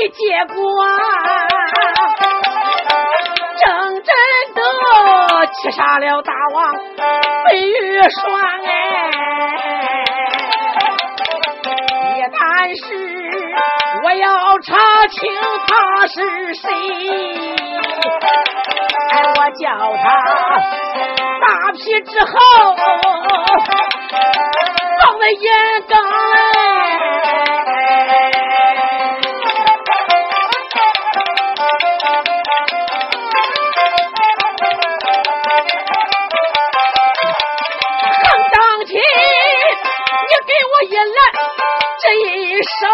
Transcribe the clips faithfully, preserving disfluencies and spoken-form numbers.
结果正真的气杀了大王飞玉霜哎，一旦是我要查清他是谁，哎，我叫他大批之后放在严岗哎。横当起你给我一来这一声，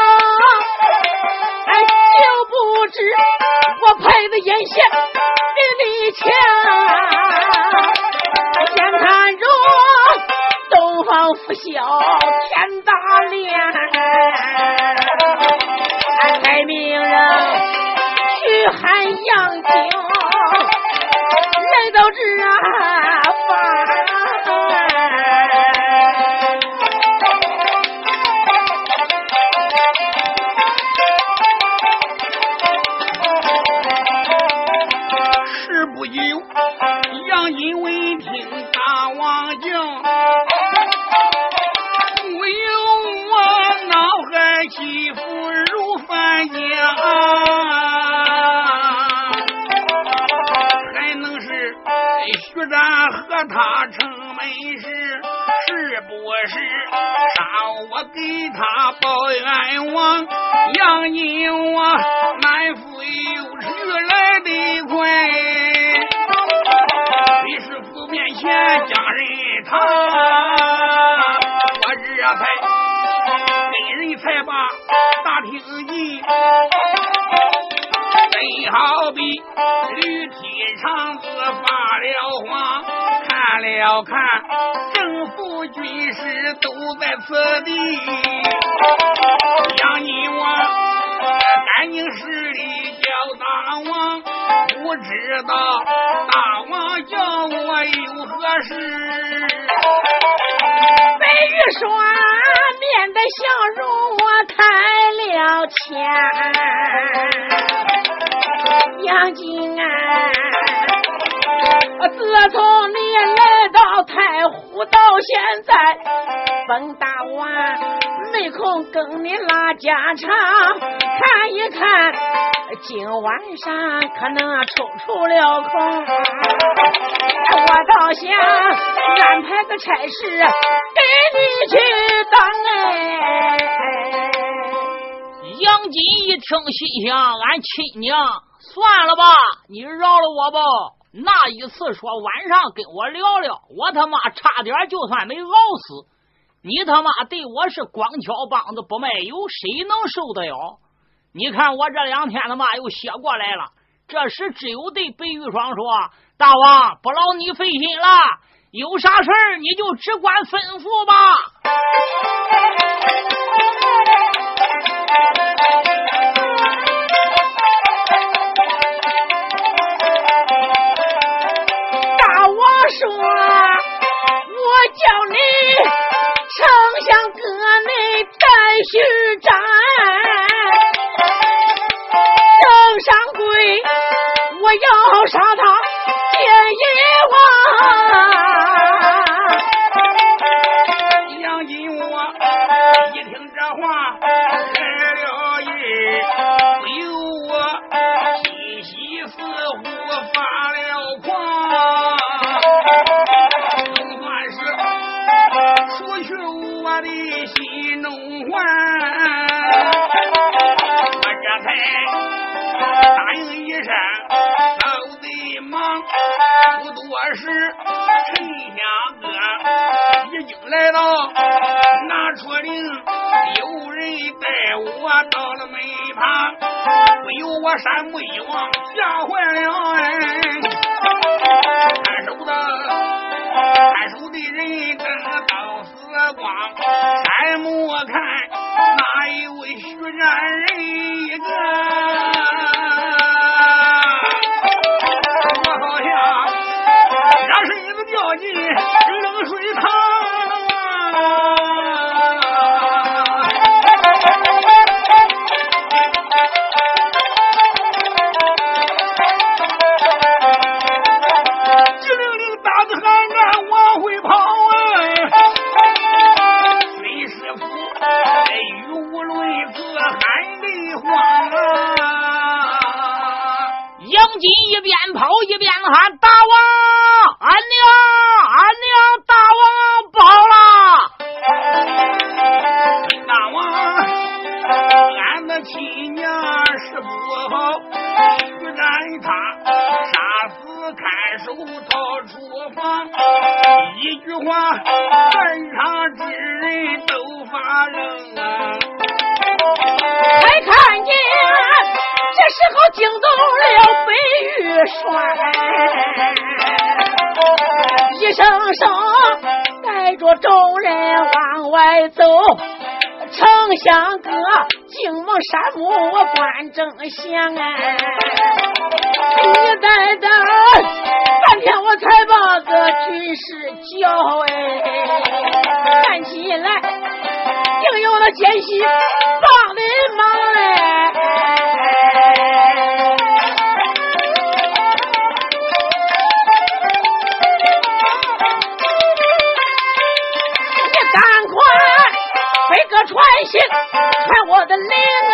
哎，就不知我派的眼线比你强，眼看着东方拂晓天大亮，该命人去喊杨景来到这方， 事不久，杨金为听大王讲，不由我脑海起伏如翻江，还能是徐展和他成门事，是不是让我给他报冤枉？杨金我满腹有耻来得快，李师傅面前将人堂，我这才跟人才把大厅进，真好比驴踢肠子发了慌，看了看政府军士都在此地，杨金王赶紧施礼叫大王，不知道大王叫我有何事？ 白玉霜面带笑容我抬了钱，杨金啊，自从你来到太湖到现在，本大王没空跟你拉家常，看一看今晚上可能抽出了空，我倒想安排个差事给你去当哎。 杨金一听心想，俺亲娘算了吧，你饶了我吧，那一次说晚上跟我聊聊，我他妈差点就算没熬死，你他妈对我是光敲梆子不卖油，谁能受得了？你看我这两天他妈又歇过来了，这时只有对白玉霜说，大王不劳你费心了，有啥事儿你就只管吩咐吧。 大王说我叫你丞相哥你带虚战，郑上贵我要杀他见阎王。 杨金我一听这话来了意，不由我心喜似乎发了狂，总算是除去我的心中患，我这才答应一声老贼忙，不多时陈香哥已经来到，拿出令有人带我到了门旁，不由我山木一望吓坏了哎，看守的看守的人等到死光，山木看哪有虚战人一个，我好像让身子掉进冷水塘， 慌啊！ 杨金一边跑一边喊：“大王，俺娘，俺娘，大王跑了！ 大王，俺的亲娘是不好，徐占他杀死看守逃出房，一句话全场之人都发愣啊！ 才看见这时候惊动了北玉栓，一声声带着众人往外走。丞相哥惊蒙山木关正祥啊，你待等半天我才把个军师叫哎，看起来应有了奸细帮的忙嘞。你赶快飞个传信传我的令啊，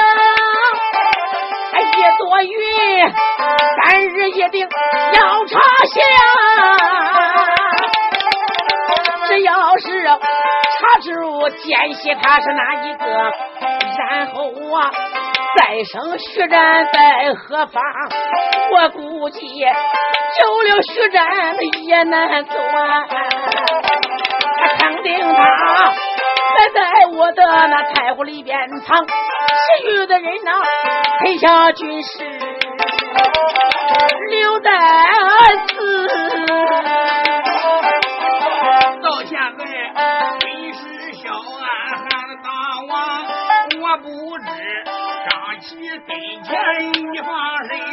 一朵云三日一定要插下，只要是查出奸细他是哪一个，然后啊再生徐占在何方，我估计救了徐占也难走啊，肯定他还在我的那太湖里边藏，其余的人呢配下军师留在此。 到现在军师小安喊了大王，我不知张琪跟前一放谁，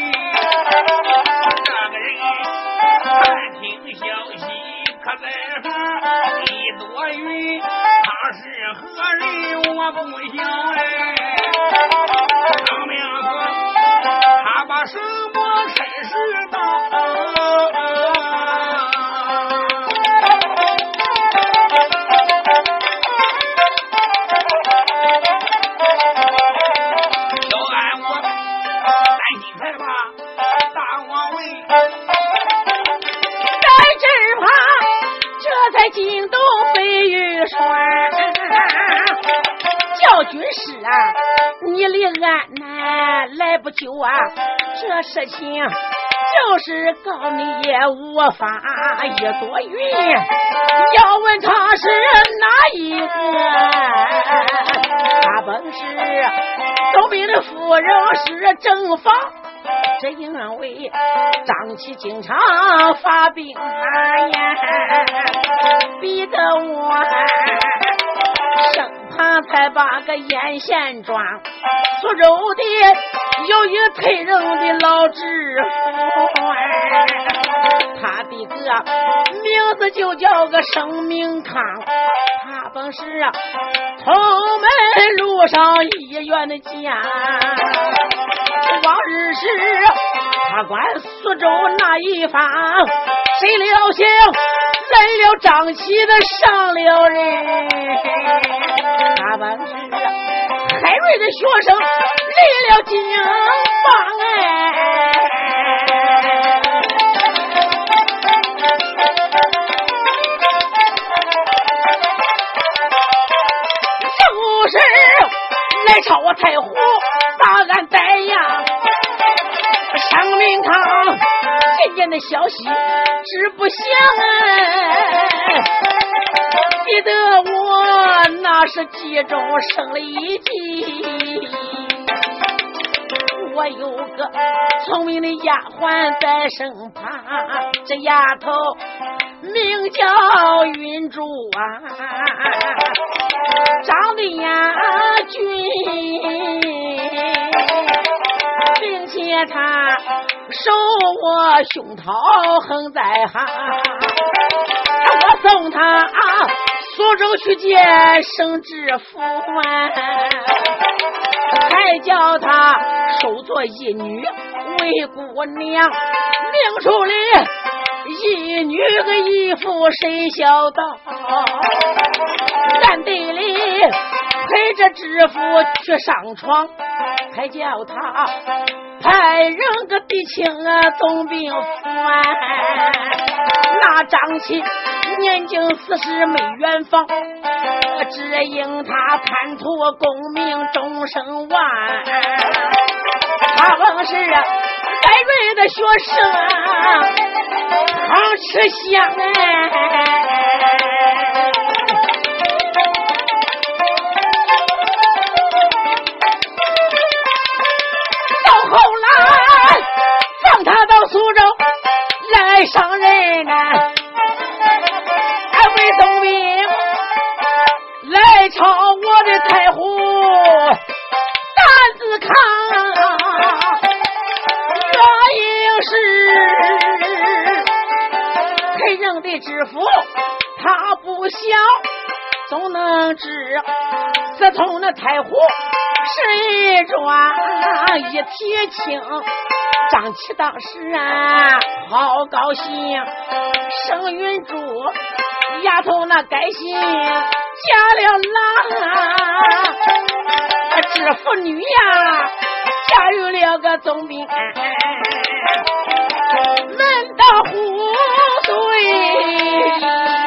这个人探听消息可在行，一朵云他是何人我不晓哎，当面说他把什么差事当，小安我担心害怕，大王问在这旁这才惊动北玉栓，叫军师啊你离安南来不久啊，这事情就是告你也无法，一朵云要问他是哪一个，他本是东北的夫人是正房，这因为张琪经常发病呀，逼得我生怕才把个眼线装苏州的有一退任的老知府，他的个名字就叫个生命康，他本是同门路上医院的家，往日是他管苏州那一方，谁料想来了张琪的上了人，他本是海瑞的学生离了京房哎，有事来朝我太湖大案逮呀，生命堂今天的消息知不详哎，逼得我那是急中生了一计，我有个聪明的丫鬟在身旁，这丫头名叫云珠啊，长得呀俊，并且她手握胸膛横在行，我送她啊苏州去见省知府啊，还叫她收做义女为姑娘，明处里义女个义父谁晓得，暗地里陪着知府去上床， 才叫他派人个敌情啊总兵府啊，那张琪年近四十没远方，只因他贪图功名终生完，他本是戴瑞的学生啊，好吃香哎。到后来放他到苏州来上任啊，为总兵来朝我的太湖担子扛，原因是黑人的知府他不小，总能知自从那太湖谁转一铁青，张琪当时啊好高兴，盛云珠丫头那改姓嫁了郎，知府女呀驾驭了个总兵，门当户对，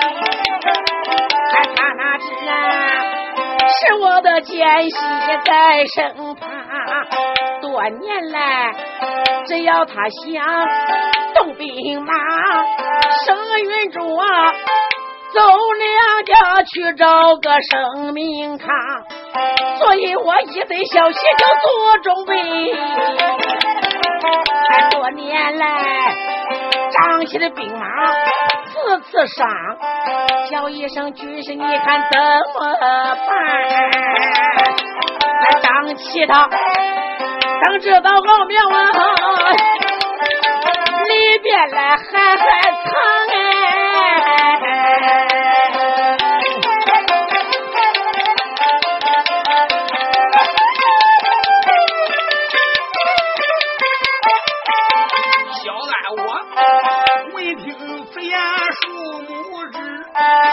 看他那只啊是我的奸细在身旁，多年来只要他想动兵马，盛云珠啊走两家去找个生命康，所以我一得消息就做准备。多年来张起的兵马次次上，叫一声军师你看怎么办？张起他当知道奥妙啊，里边来还还藏哎。 小爱我未听此言数目之，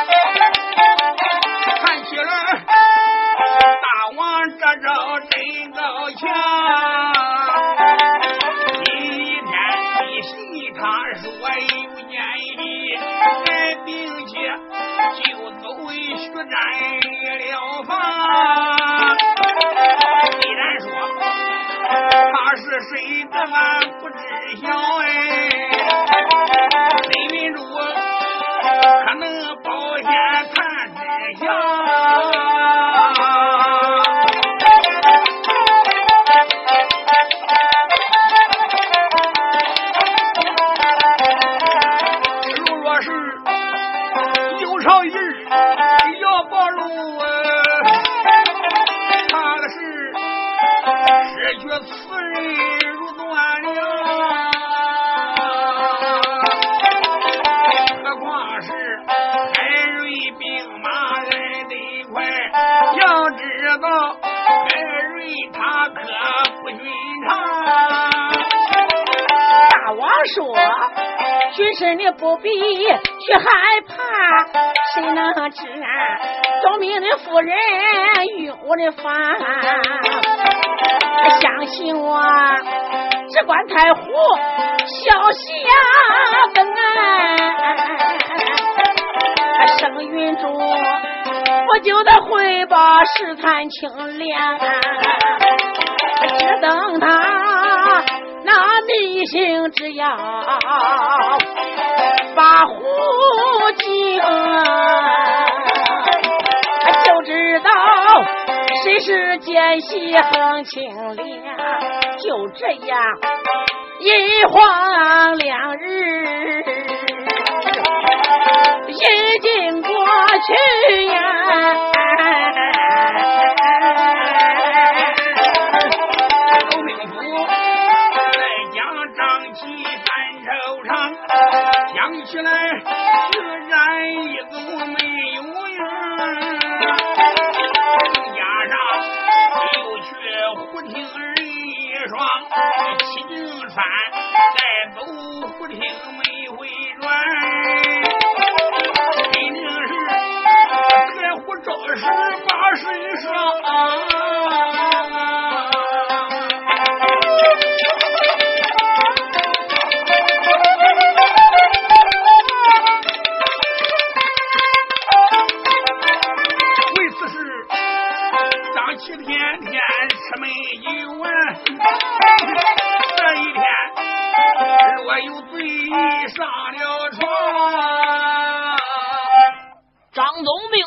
看起来大王这招真高强，一天一戏他说有建议，并且就走徐占了房。既然说他是谁的俺不知晓哎，林云珠可能保险谈知晓，如若是有朝一日要暴露他的事，失去此人如断了，何况是海瑞兵马来得快，要知道海瑞他可不寻常。 大王说军师你不必去害怕，谁能知啊总兵的夫人用我的法，相信我只管太湖消息呀等啊生云珠我就得回报试探清凉，只等他那迷信之药把湖惊，就知道谁是奸细横清凉。就这样一晃两日已经过去呀， 周兵府再将张琪单手长，想起来居然一走没有影，加上又去胡听人一双，七景川再走胡听没回转，肯定是海湖招式八十以上。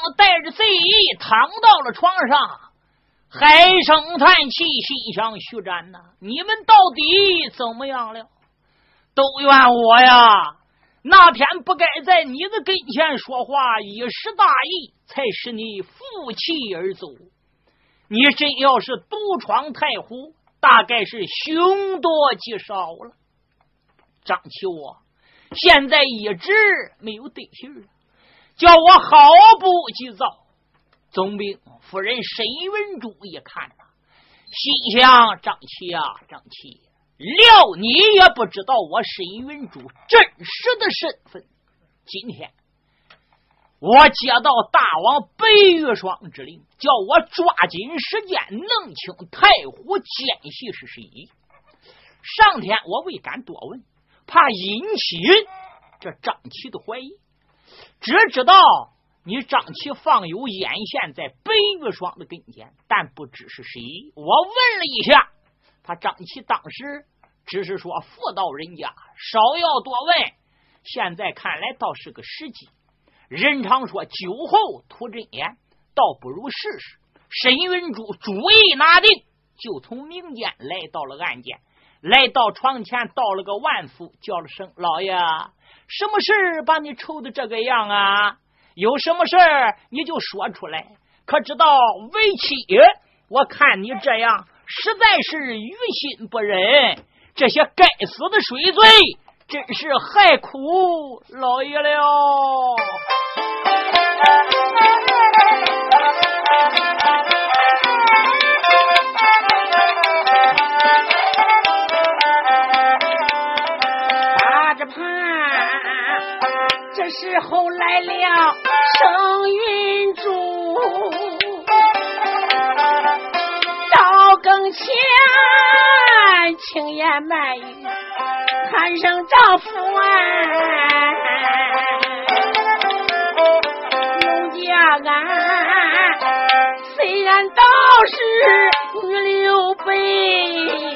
带着醉意躺到了床上，唉声叹气，心想徐展呐，你们到底怎么样了？都怨我呀，那天不该在你的跟前说话，一时大意，才使你负气而走。你真要是独闯太湖，大概是凶多吉少了。张启我现在一直没有对信了，叫我毫不急躁。总兵夫人沈文珠一看呐、啊，心想张启啊，张启，料你也不知道我沈文珠真实的身份。今天我接到大王白玉霜之令，叫我抓紧时间弄清太湖奸细是谁。上天我未敢多问，怕引起这张琪的怀疑，只知道你张琪放有眼线在白玉霜的跟前，但不知是谁。我问了一下，他张琪当时只是说妇道人家，少要多问。现在看来倒是个时机。人常说酒后吐真言，倒不如试试。沈云珠主意拿定，就从民间来到了案间，来到床前，到了个万福，叫了声老爷，什么事把你愁的这个样啊？有什么事你就说出来，可知道为妻我看你这样实在是于心不忍，这些该死的水罪真是害苦老爷了。 打着盼，这时候来了盛云珠，到跟前轻言慢语喊声丈夫啊，农家俺虽然倒是女刘备，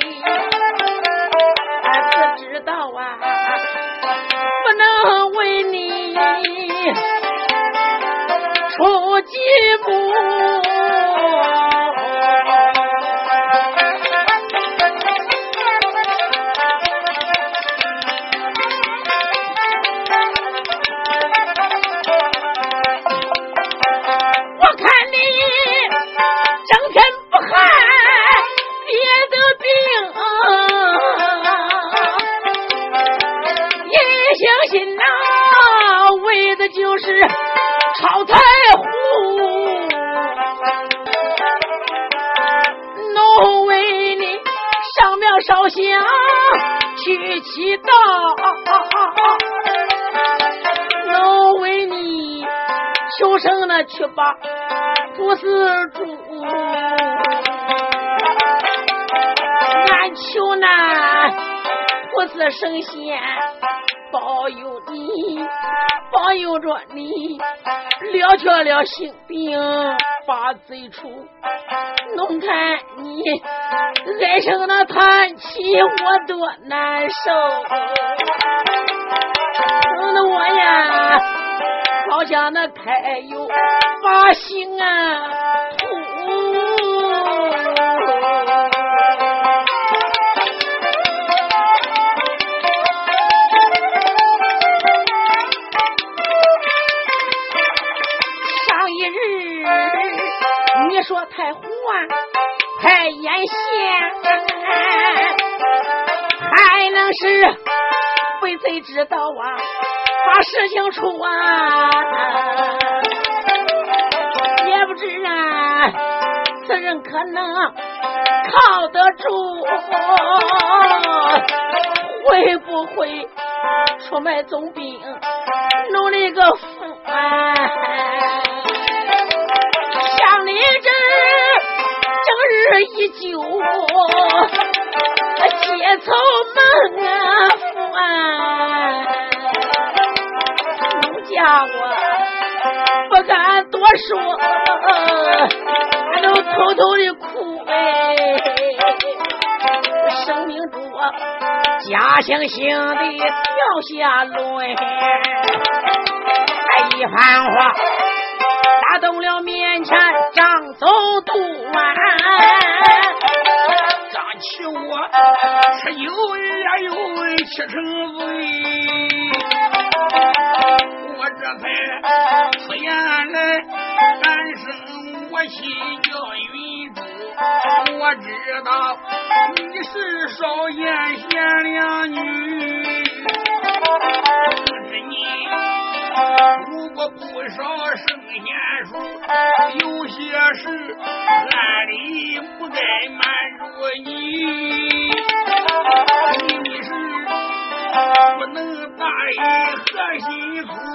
可知道啊不能为你出计谋。就是超太湖，奴为你上庙烧香去祈祷，奴为你求生的去把不是主，俺求那不是神仙保佑你，保佑着你了却了性病，把罪除。侬看你唉声的叹气，我多难受。弄得我呀，好像那太有把心啊吐。你说太湖啊太眼线，还能是被贼知道啊把事情出啊，也不知啊此人可能靠得住，会不会出卖总兵弄了一个富啊？想你这正日已久，结仇梦啊父啊，农家我不敢多说，俺都偷偷的哭哎，生命中我家乡性的掉下泪，哎一番话打动了面前张走渡湾， 张起我是有也有七成罪，我这才出言来敢生我妻叫云珠，我知道你是少言贤良女，知你如果不少圣贤书，有些事暗里不该瞒着你，你是不能大意和心粗。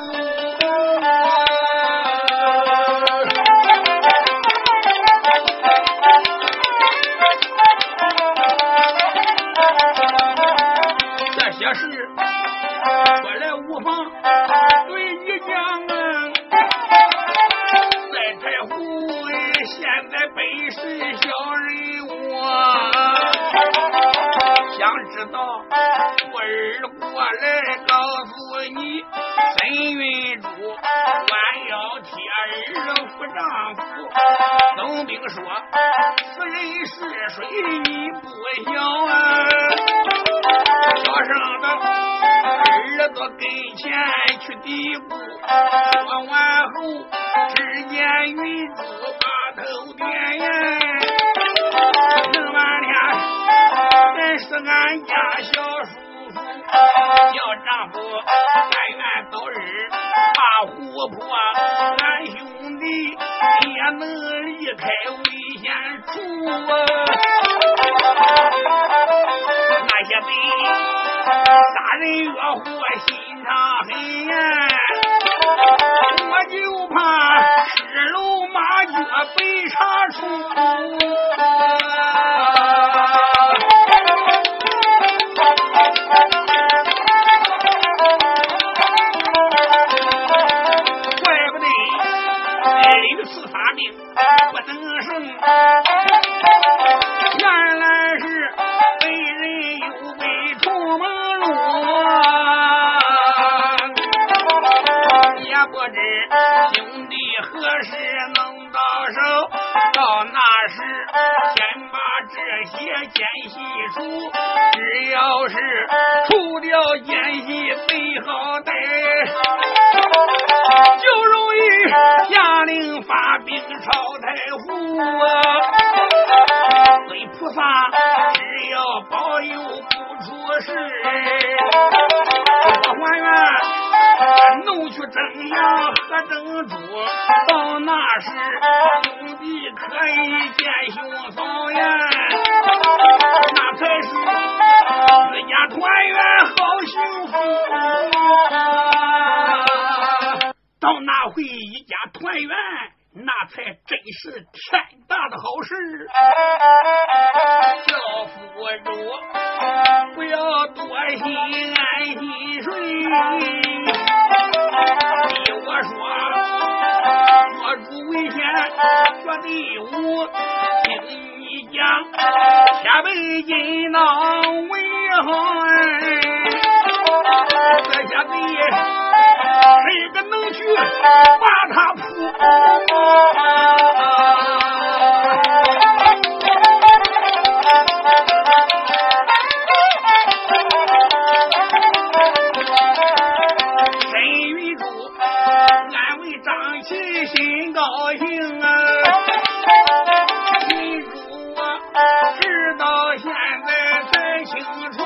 这些事说来无妨，对你讲啊，在太湖现在本是小人物，想知道我儿过来告诉你，沈云珠弯腰替儿扶丈夫，总兵说此人是谁你不晓啊，小声的儿子跟前去嘀咕，说完后只见云珠把头点呀，听半天真是俺家小叔叔，叫丈夫但愿早日把湖泊，俺兄弟也能离开危险处啊，那些贼杀人越货心肠黑呀，我就怕失楼马脚被查出，怪不得屡次发病不能胜，原来是被人有被出门路，也不知兄弟何时能到手，到那时先把这些奸细除，只要是除掉奸细最好歹，就容易下令发兵朝太湖啊，对菩萨只要保佑不出事，我还愿弄去正阳和正主，到那时兄弟可以见兄嫂呀，那才是自家团圆好幸福啊，到那回一家团圆，那才真是天大的好事。教夫主不要多心安心睡，依我说若主危险绝对无，听你讲下辈金当为好，这下子谁个能去把他扑，沈云珠安慰张琪心高兴啊，云珠啊直到现在才清楚，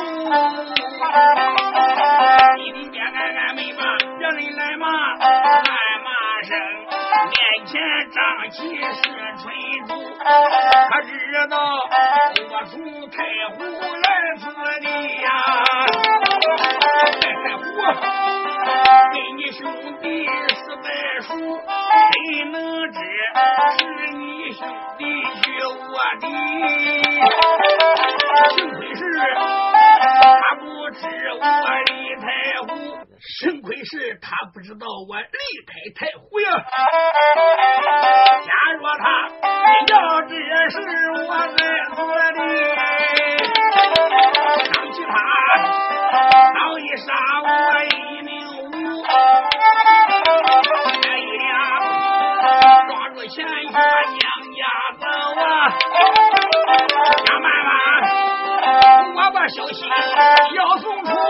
你的别俺俺没骂别人来骂俺骂声，面前张琪是春珠，他知道我从太湖来此地呀，在太湖跟你兄弟是在数，谁能知是你兄弟去卧底，幸亏是他不知我离太湖，幸亏是他不知道我离开太湖呀，假若他要知是我在做的，想起他早已杀我一命无，这一两把消息要送出。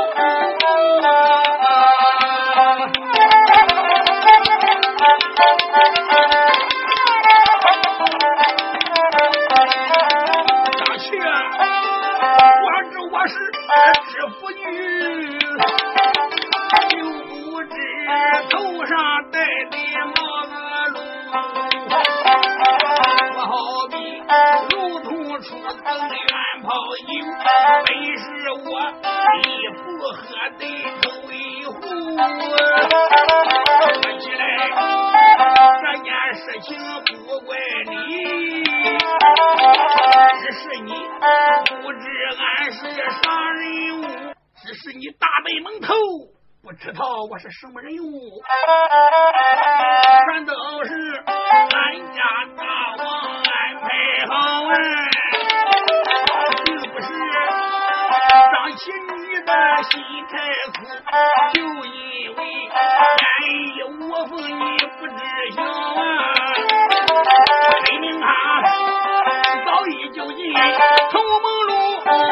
张雀，我知我是知府女，就不知头上戴的帽子鹿，我好比如同出征远跑营，本是我一副喝的头一壶。说起来这件事情不怪你，只是你不知俺是啥人物，只是你大背蒙头，不知道我是什么人物，全都是俺家大王安排好哎，是不是张起你的心太粗，就因为天衣无缝你不知晓啊，黑名堂早已就进头蒙路。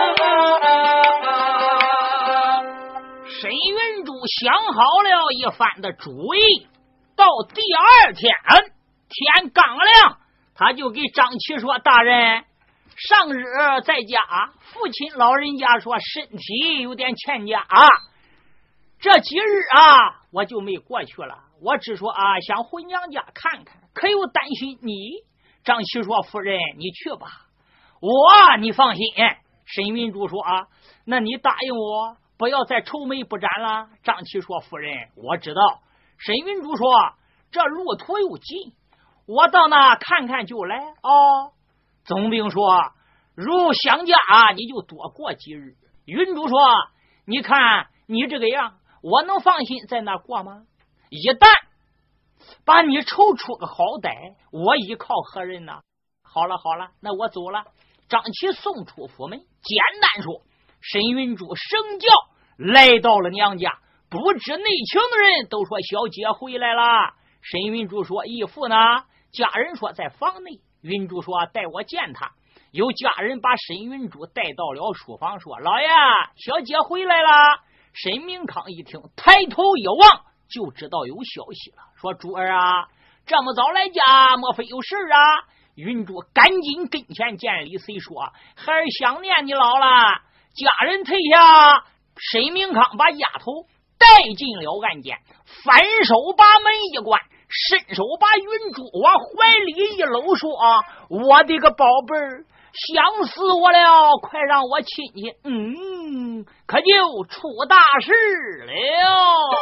沈云珠想好了一番的主意，到第二天天刚亮，他就给张琪说：“大人，上日在家，父亲老人家说身体有点欠佳，这几日啊我就没过去了，我只说啊想回娘家看看，可有担心你。”张琪说：“夫人你去吧，我你放心。”沈云珠说：“啊，那你答应我不要再愁眉不展了。”张琪说：“夫人我知道。”沈云珠说：“这路途又近，我到那看看就来。”哦，总兵说：“如想家你就多过几日。”云珠说：“你看你这个样，我能放心在那过吗？一旦把你抽出个好歹，我依靠何人呢？”好了好了，那我走了。张琪送出府门，简单说，沈云珠升轿来到了娘家，不知内情的人都说小姐回来了。沈云珠说：“义父呢？”家人说在房内。云珠说：“带我见他。”有家人把沈云珠带到了书房，说：“老爷，小姐回来了。”沈明康一听，抬头一望，就知道有消息了，说：“珠儿啊，这么早来家，莫非有事啊？”云珠赶紧跟前见礼，虽说：“孩儿想念你老了。”家人退下，沈明康把丫头带进了暗间，反手把门一关，伸手把云珠往怀里一搂，说：“啊，我的个宝贝儿，想死我了，快让我亲亲，嗯，可就出大事了。”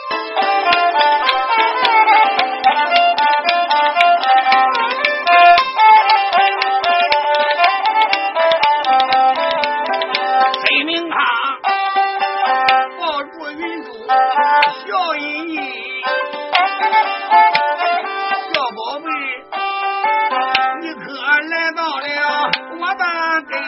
沈明康抱住云珠笑吟吟，小宝贝，你可来到了我的跟，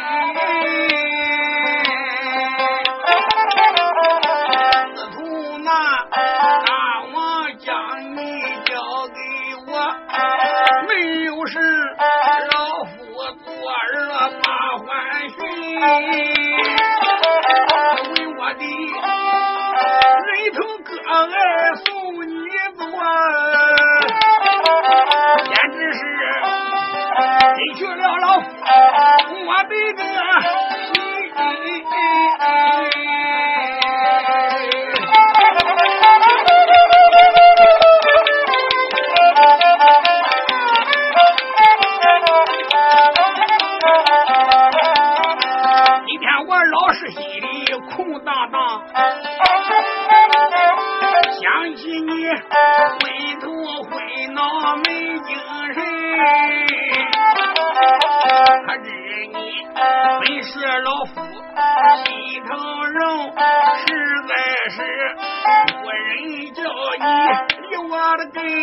自从那大王将你交给我，没有事老夫做儿把欢寻，为我的人头割爱送你走，简直是给去了老夫我的个心。今天我老是心里空荡荡，想起你昏头昏脑没精神，可知你本是老夫心头肉，实在是无人叫你离我的根。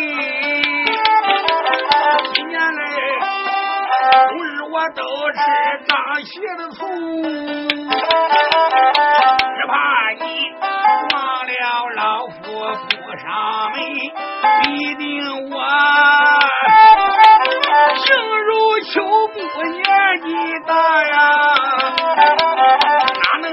几年来终日我都吃张起的醋，只怕你忘了老夫不上门，必定我性如秋木年纪大呀，哪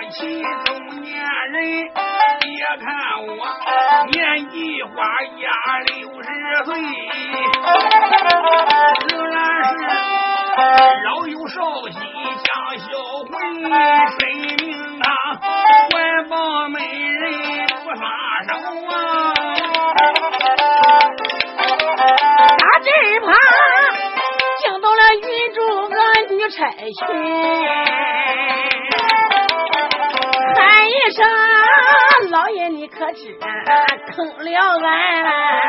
起中年人，别看我年纪花压六十岁，仍然是老有少喜将销魂，谁命他怀抱美人不撒手啊！ 打这旁惊动了云中个女差群，喊一声老爷你可知坑了俺，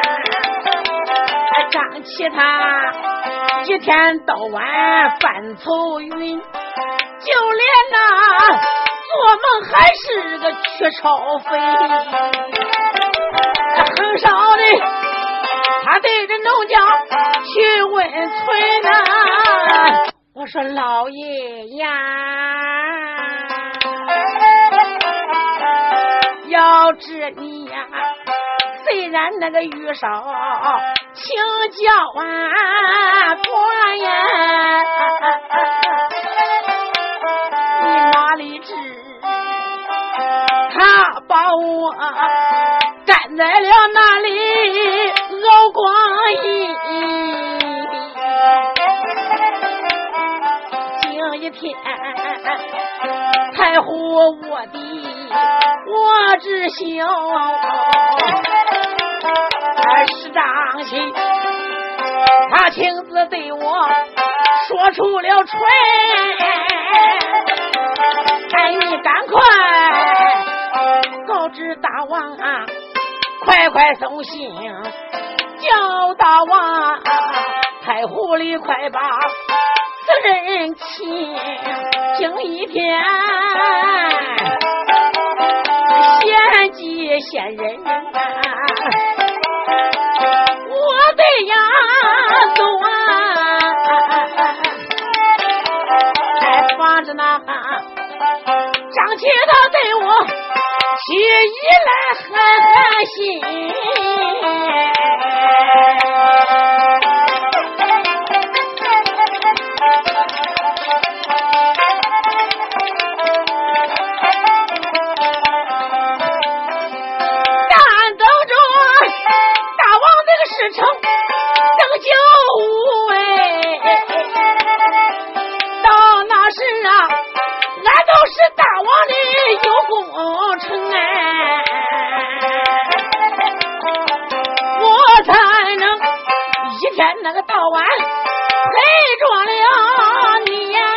张起他一天到晚犯愁云，就连那做梦还是个雀巢飞，很少的他对着农家去问村呐，我说老爷呀，要知你呀，虽然那个玉少请教啊官呀，你哪里知他把我站在了那里熬光阴，今一天太湖我的我知晓，是张起他亲自对我说出了传，哎你赶快告知大王啊，快快送信叫大王太湖里快把此人请，今一天献祭先人啊，我得呀走啊，还防着那张起他对我起一来狠狠心，但等着大王这个事成等就无畏，到那时啊俺都是大王的有功臣哎，我才能一天那个到晚陪着了你呀，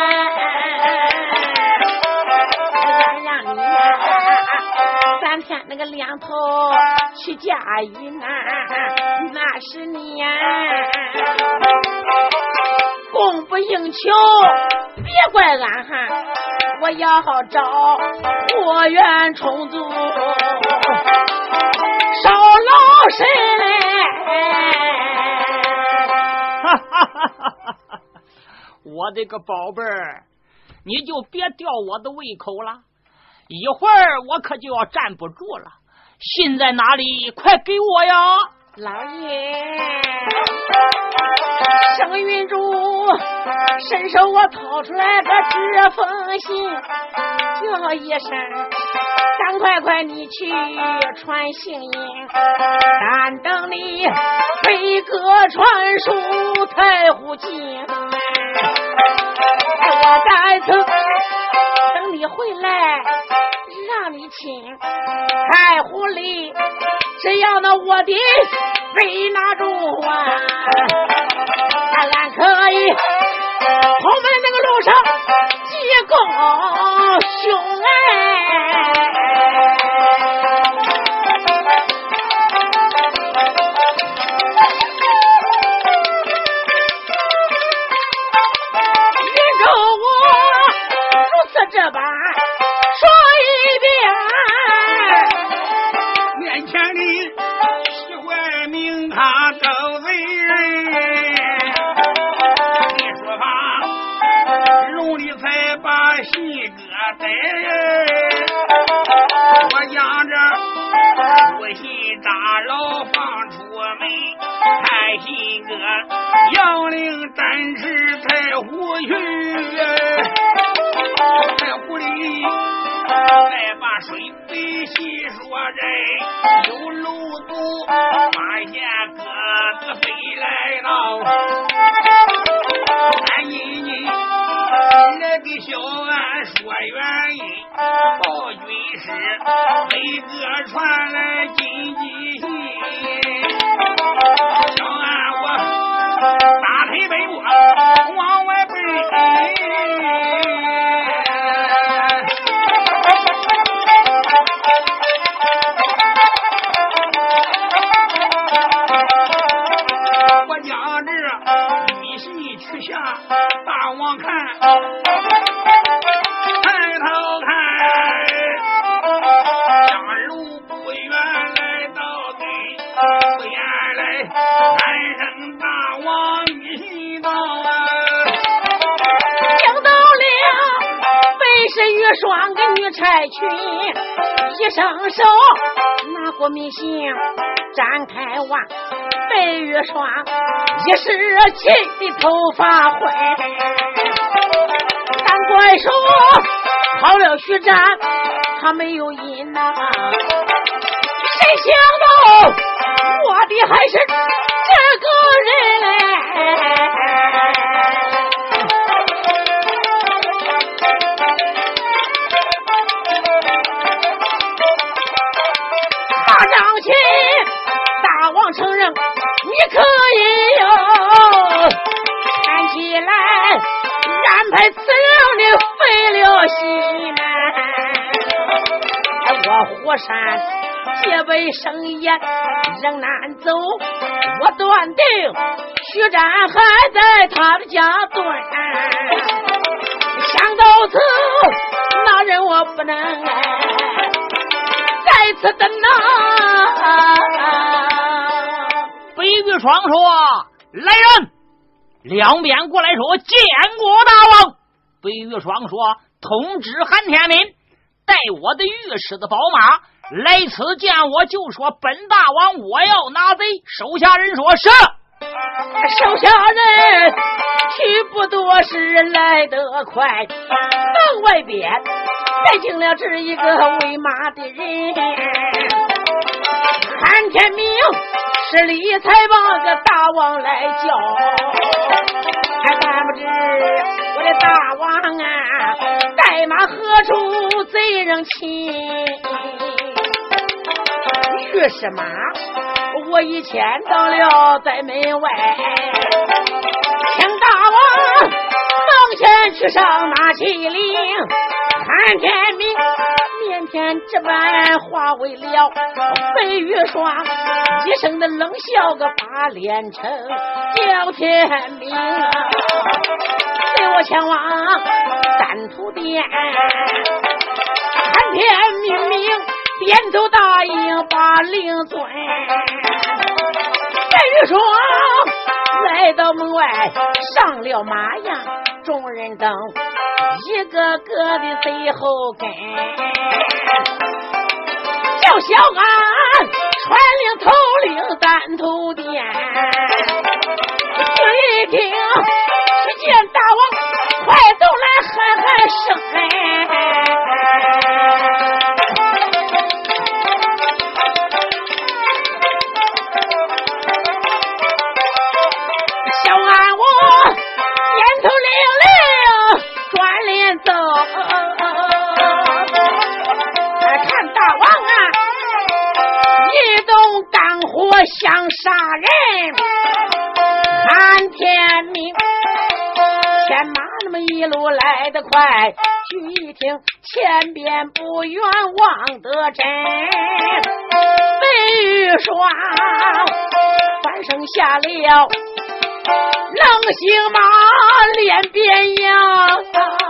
让让你呀三天那个两头去驾驭那那是你呀，供不应求别怪俺哈，我要好找货源充足，少劳谁嘞？ 哈哈哈哈哈！我的个宝贝儿，你就别吊我的胃口了，一会儿我可就要站不住了。信在哪里？快给我呀！ 老爷，圣云主伸手我掏出来个这封信，叫一声赶快快你去传信音，但等你飞鸽传书太湖境，我在此等你回来让你请太湖里，只要那我的被拿住啊，俺可以从我们那个路上结功兄哎，云州我如此这般说一遍， 面前的喜坏名他都为人，你说法容里才把信鸽带，我养着不信大牢放出门，太信鸽要领展翅太湖去，太湖里细说人有路途，发现鸽子飞来到，俺隐隐来给小安说原因，报军师每个传来紧急信，小安我大腿背部往外奔，我将这密信去下大王看，抬头看江路不远来到对，不远来三声大王密信到啊， 听到了被是玉霜给女差去，一伸手拿过密信展开望，被玉霜一时气的头发灰，难怪说好了徐展他没有赢呐，谁想到我的还是这个人嘞，大张起大王承认你可以哟，看起来安排此人的费了心呐，我火山戒备生烟仍难走，我断定徐展还在他的家蹲，想到此那人我不能再次等啊。 北玉霜说：来人，两边过来说见过大王。北玉霜说：通知韩天民带我的御史的宝马来此见我，就说本大王我要拿贼。手下人说是。 手下人去不多时来得快，门外边带进了这一个喂马的人，韩天明是理才把个大王来叫，还看不知我的大王啊，带马何处贼人亲，去什么我以前到了在门外，请大王上前去上马麒麟，韩天明面前这般话为了，飞玉霜一声的冷笑个把脸成叫天明啊，随我前往三途殿，韩天明明点头答应把令遵，飞玉霜来到门外上了马呀，众人等一个个的随后跟，叫小安传令头领单头殿，一听只见大王快走来喊喊声来，小安我点头领令转脸走，看大王啊一动肝火想杀人，韩天明牵马那么一路来得快，去一听前边不远望得真，飞玉霜翻身下了冷星马脸边扬，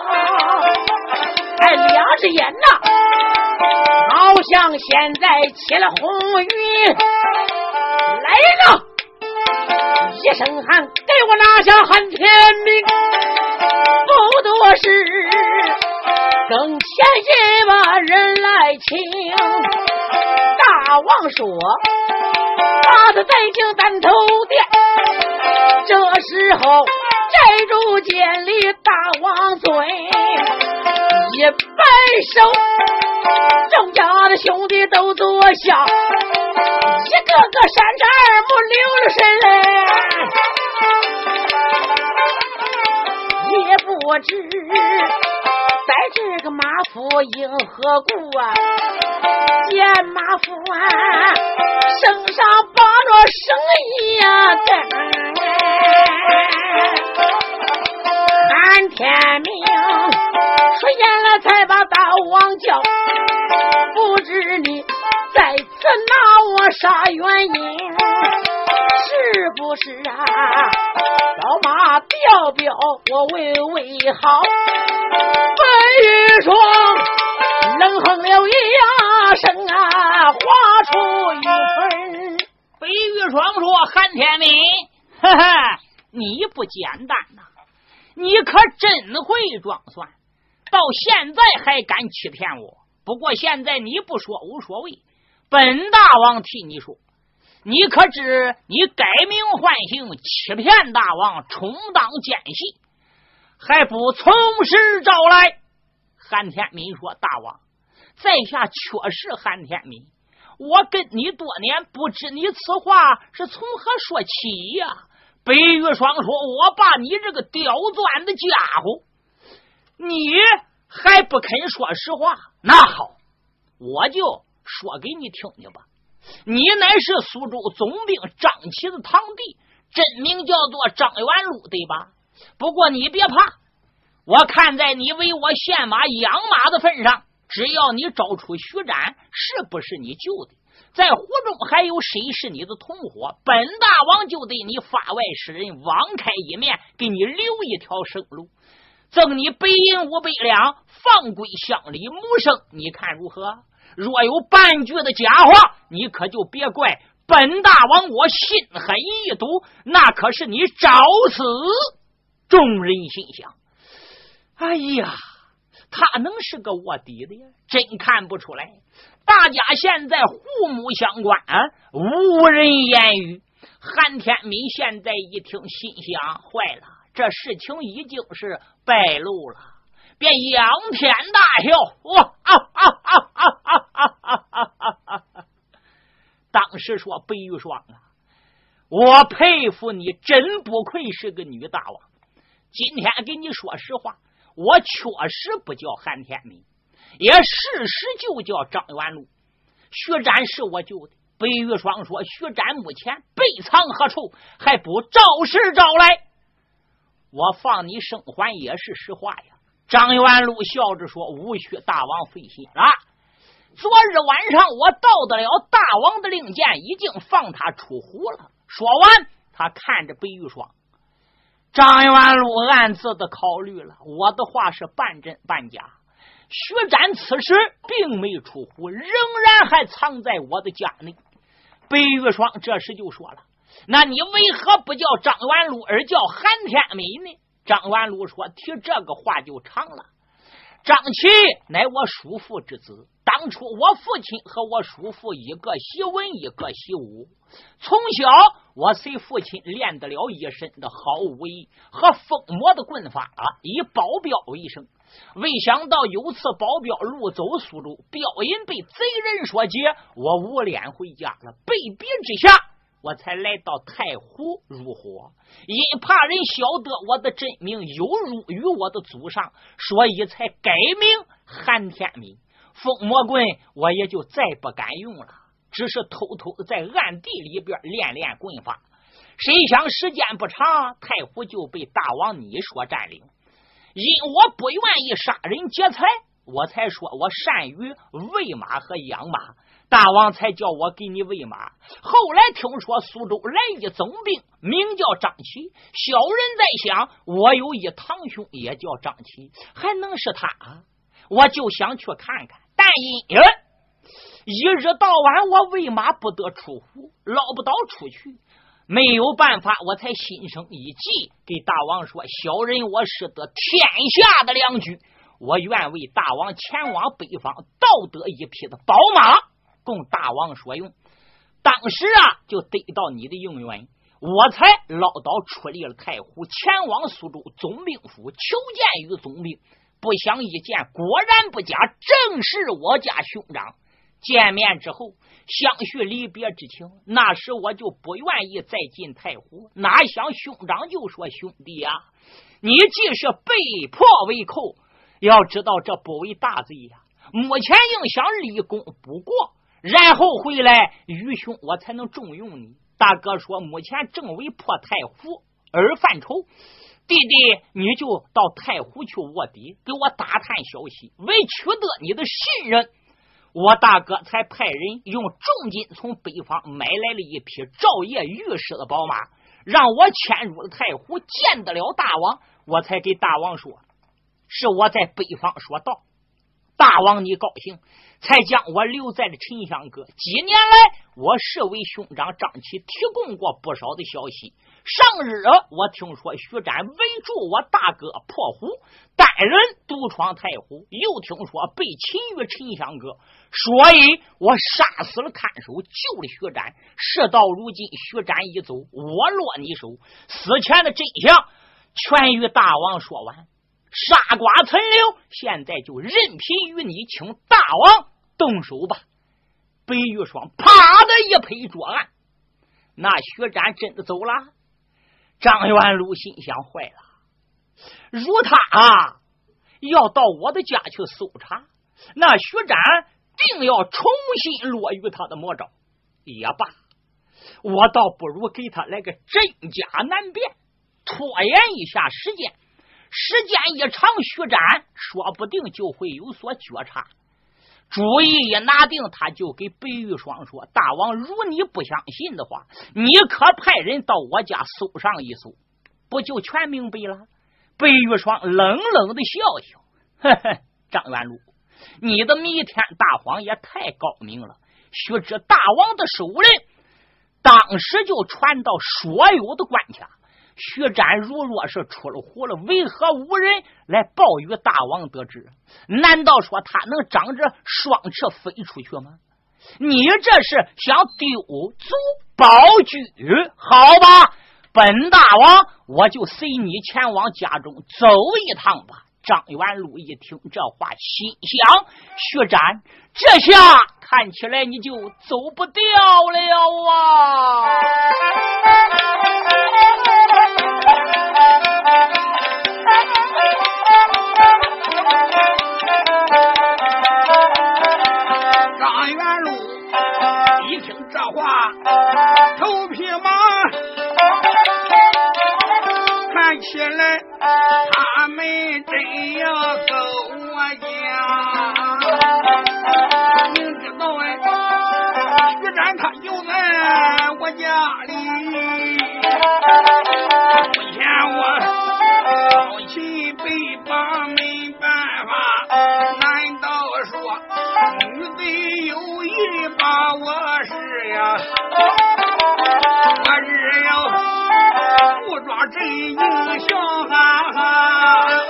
哎，两只眼呐好像现在起了红云，来人呐，一声喊给我拿下韩天明，不多时更前一把人来请，大王说把他带进单头殿，这时候摘住监里大王尊，一百手，众家的兄弟都坐下，一个个山楂二目留了神来，也不知在这个马夫因何故啊，见马夫啊身上绑着绳一样的韩天明出现了才把大王叫，不知你在此拿我啥原因，是不是啊老马表表我为为好，白玉霜冷哼了一呀声啊，划出一分。 白玉霜说：韩天明，哈哈，你不简单呐，你可真会装蒜，到现在还敢欺骗我。不过现在你不说无所谓，本大王替你说，你可知你改名换姓，欺骗大王，充当奸细，还不从实招来？韩天明说：大王，在下确实韩天明，我跟你多年，不知你此话是从何说起呀、啊？白玉霜说：我把你这个刁钻的家伙，你还不肯说实话？那好，我就说给你听听吧。你乃是苏州总兵张齐的堂弟，真名叫做张元禄，对吧？不过你别怕，我看在你为我献马养马的份上，只要你找出徐展是不是你救的，在湖中还有谁是你的同伙，本大王就对你发外施人，网开一面，给你留一条生路，赠你白银五百两，放归乡里谋生，你看如何？若有半句的假话，你可就别怪本大王我心狠意毒，那可是你找死。众人心想，哎呀，他能是个卧底的呀？真看不出来。大家现在互目相观，无人言语。韩天明现在一听，心想坏了，这事情已经是败露了，便仰天大笑，哇啊啊啊啊啊啊啊啊！当时说：白玉霜啊，我佩服你，真不愧是个女大王。今天给你说实话，我确实不叫韩天明，也事实就叫张元禄。徐展是我救的。白玉霜说：徐展目前被藏何处，还不照实招来？我放你生还也是实话呀。张元禄笑着说：无需大王费心啊，昨日晚上我到得了大王的令箭，已经放他出湖了。说完，他看着白玉霜。张元禄暗自的考虑了，我的话是半真半假，徐展此时并没出湖，仍然还藏在我的家内。白玉霜这时就说了：那你为何不叫张元禄而叫韩天美呢？张元禄说：提这个话就长了。张齐乃我叔父之子，当初我父亲和我叔父一个习文一个习武，从小我随父亲练得了一身的好武艺和疯魔的棍法啊，以保镖为生。未想到有次保镖路走苏州，镖引被贼人所劫，我无脸回家了。被逼之下，我才来到太湖入伙，因怕人晓得我的真名有辱于我的祖上，所以才改名韩天明。疯魔棍我也就再不敢用了，只是偷偷在暗地里边练练棍法。谁想时间不长，太湖就被大王你所占领。因我不愿意杀人劫财，我才说我善于喂马和养马，大王才叫我给你喂马。后来听说苏州来一总兵，名叫张齐，小人在想，我有一堂兄也叫张齐，还能是他？我就想去看看，但因一日到晚我喂马不得出湖，捞不到出去，没有办法，我才心生一计，给大王说：小人我是得天下的良驹，我愿为大王前往北方，盗得一匹的宝马，供大王所用。当时啊，就得到你的应允，我才唠叨出离了太湖，前往苏州总兵府求见于总兵。 不想一见，果然不假，正是我家兄长。见面之后相续离别之情，那时我就不愿意再进太湖，哪想兄长就说兄弟啊，你既是被迫为寇，要知道这不为大罪呀、啊。目前应想立功不过，然后回来愚兄我才能重用你。大哥说目前正为破太湖而犯愁，弟弟你就到太湖去卧底，给我打探消息，为取得你的信任，我大哥才派人用重金从北方买来了一匹赵夜御史的宝马，让我潜入了太湖，见得了大王，我才给大王说是我在北方说道，大王你高兴，才将我留在了沉香阁。几年来我是为兄长张启提供过不少的消息，上日我听说徐展围住我大哥破湖，单人独闯太湖，又听说被擒于沉香阁，所以我杀死了看守，救了徐展。事到如今徐展一走，我落你手，死前的真相全与大王说完，杀剐存留，现在就任凭于你，请大王动手吧。北玉霜啪的一拍桌案，那徐展真的走了。张元禄心想坏了，如他啊要到我的家去搜查，那徐展定要重新落于他的魔爪。也罢，我倒不如给他来个真假难辨，拖延一下时间，时间一长，徐展说不定就会有所觉察。主意一拿定，他就给北玉霜说，大王如你不相信的话，你可派人到我家搜上一搜，不就全明白了？北玉霜冷冷的笑笑，呵呵，张元禄，你的弥天大谎也太高明了。须知大王的手令当时就传到所有的关卡，徐展如若是出了湖了，为何无人来报与大王得知？难道说他能长着双翅飞出去吗？你这是想丢卒保车？好吧，本大王我就随你前往家中走一趟吧。张元禄一听这话，心想徐展，这下看起来你就走不掉了啊！ 张元禄一听这话，头皮麻，看起来他们真要走我家。明知道哎，徐展他就在我家里，目前我好奇被绑没办法，难道说女贼有意把我是呀？我是要不抓真英雄哈哈。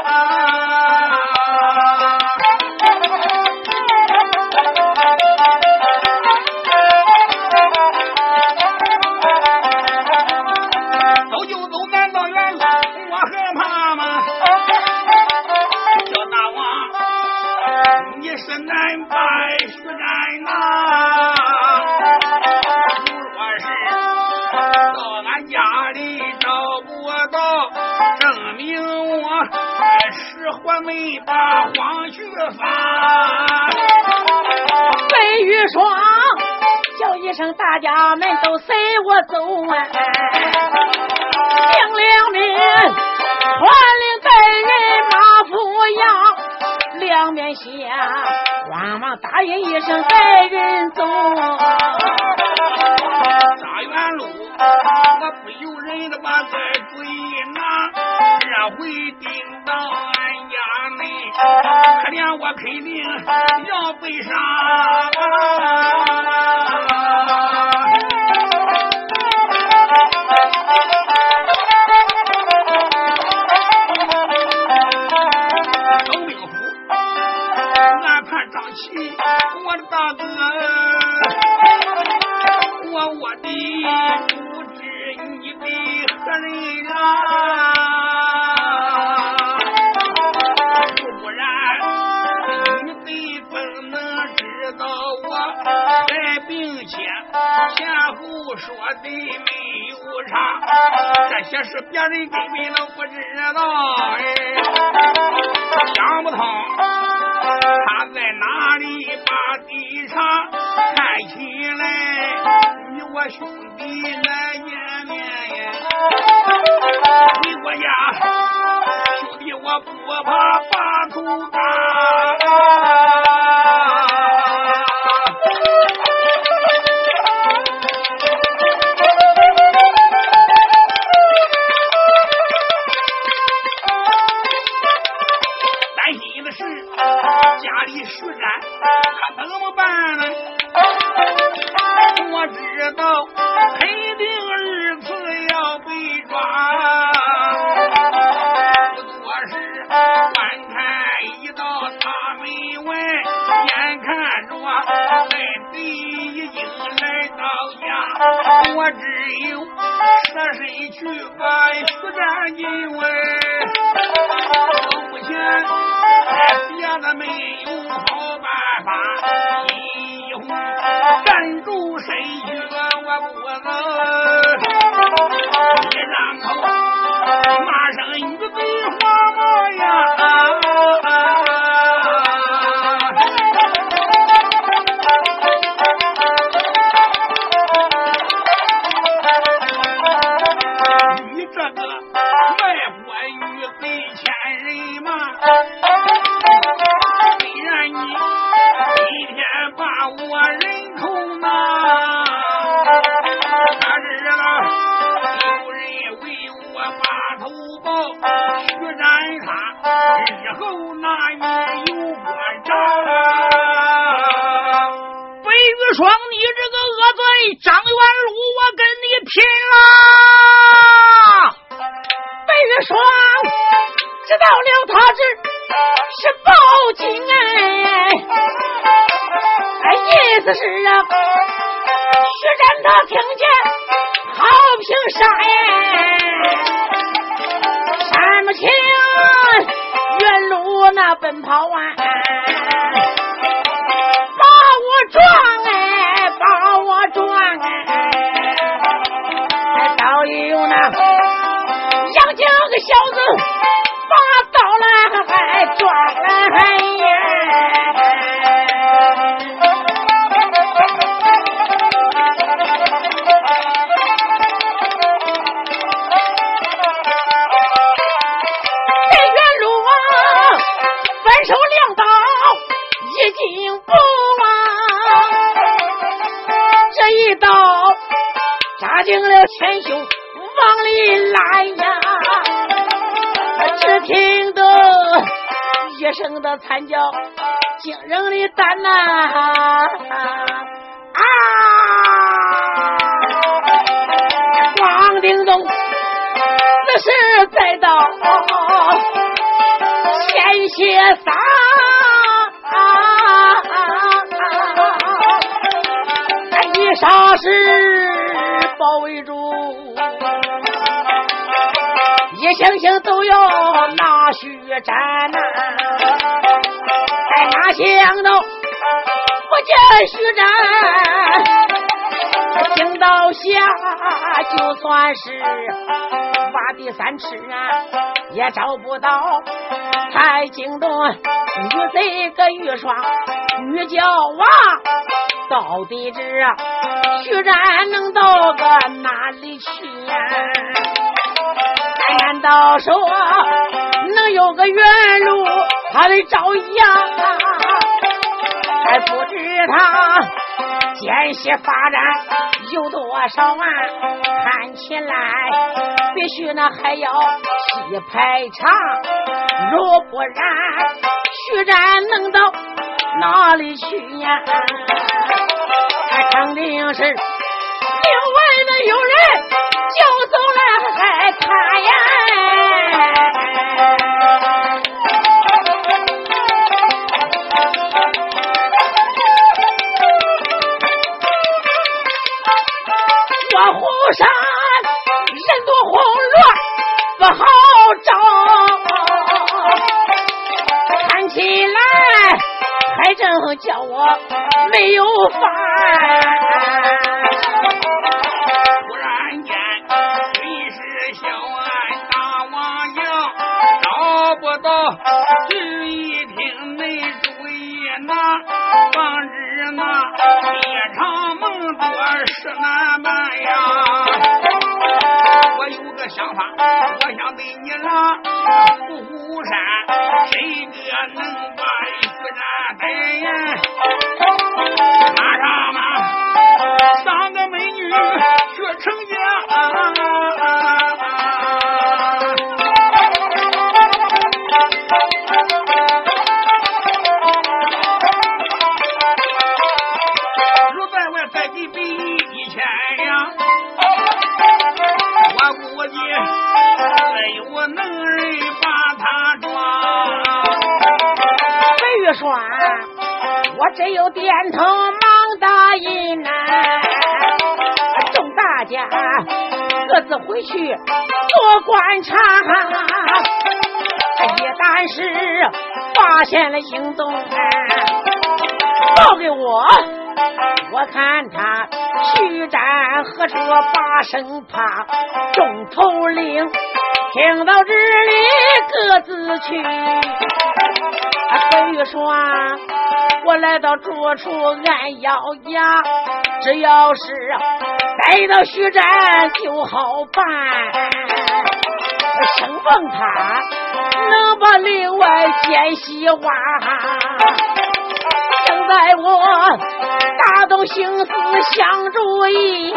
走就走，难道远路我害怕吗？叫大王，你是难败徐展呐！如若是到俺家里找不到，证明我是活没把黄去发。 北玉霜叫一声，大家们都随我走啊！命令民传令带人马扶摇，两面下慌忙答应一声带人走。 张元禄，我不由人的把在嘴拿，这回顶到俺家内，可怜我肯定要被杀。登兵府，俺判张琪，我的大哥，我我的不知你的何人啊？如前后说的没有差，这些事别人根本都不知道。哎，想不通他在哪里把地查，看起来你我兄弟难见面。回国家兄弟我不怕把头打，担心的是家里徐展他怎么办呢？我知道肯定日子要被抓，不多时翻开一道大门外，眼看着本地已经来到家，我只有舍身去把徐展引回。目前别的没有好办法，一哄站住身躯我不走，一张口骂声女贼黄毛呀，你这个卖国女贼欠人嘛，虽然你今天把我人头拿，可是呢有人为我把头报，徐展他日后拿你有过账。 北玉霜，你这个恶贼张元禄，我跟你拼了！ 北玉霜知道了他这是报警哎，哎，意思是啊，徐展他听见好评杀哎，山不清原路那奔跑啊，把我撞哎，把我撞哎，倒有那杨家个小子把刀来还撞来呀。这原路啊，分手两刀已经不忘，这一刀扎进了前胸往里拉呀，只听得一声的惨叫，惊人的胆呐啊！黄丁东此时再到险些撒，一霎时包围住，一星星都要拿徐展呐，哎，哪想到不见徐展，惊到下就算是挖地三尺啊，也找不到。才惊动女贼个玉霜女娇娃，到底这徐展能到个哪里去呀？难道说能有个原路他得找一样啊？还不知他间隙发展有多少啊？看起来必须那还要细排场，若不然徐展能到哪里去呀？肯定是另外的有人就走来害他呀。我湖山人多混乱不好找，看起来还财政叫我没有法。 突然间军事小案大王将找不到，只一听内主意拿，防止那夜长梦多事难办呀。我有个想法，我想对你让虎虎山谁个能把徐展逮呀？马上嘛，三个美女去成家。如在外再给比一千两，我估计没有能人把他抓。 白玉霜，我只有点头忙答应呐。众大家各自回去做观察，一旦是发现了行动，报给我，我看他徐展何处把生怕。众头领听到这里各自去。白玉霜，我来到住处按咬牙，只要是逮到徐展就好办，生逢他能把另外奸细挖。正在我打动心思想主意，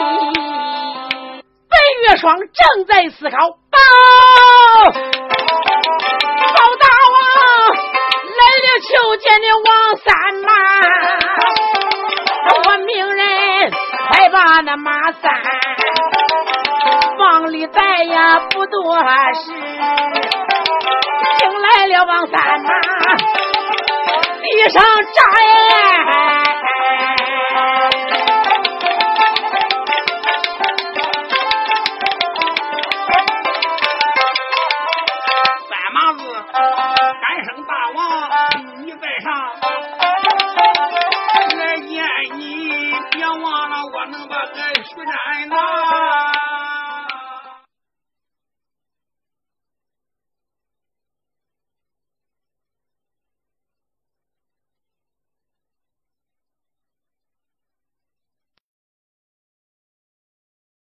白玉霜正在思考。报报大王，来了求见的王三马，我命人快把那马三往里带呀，不多时请来了王三马，地上扎眼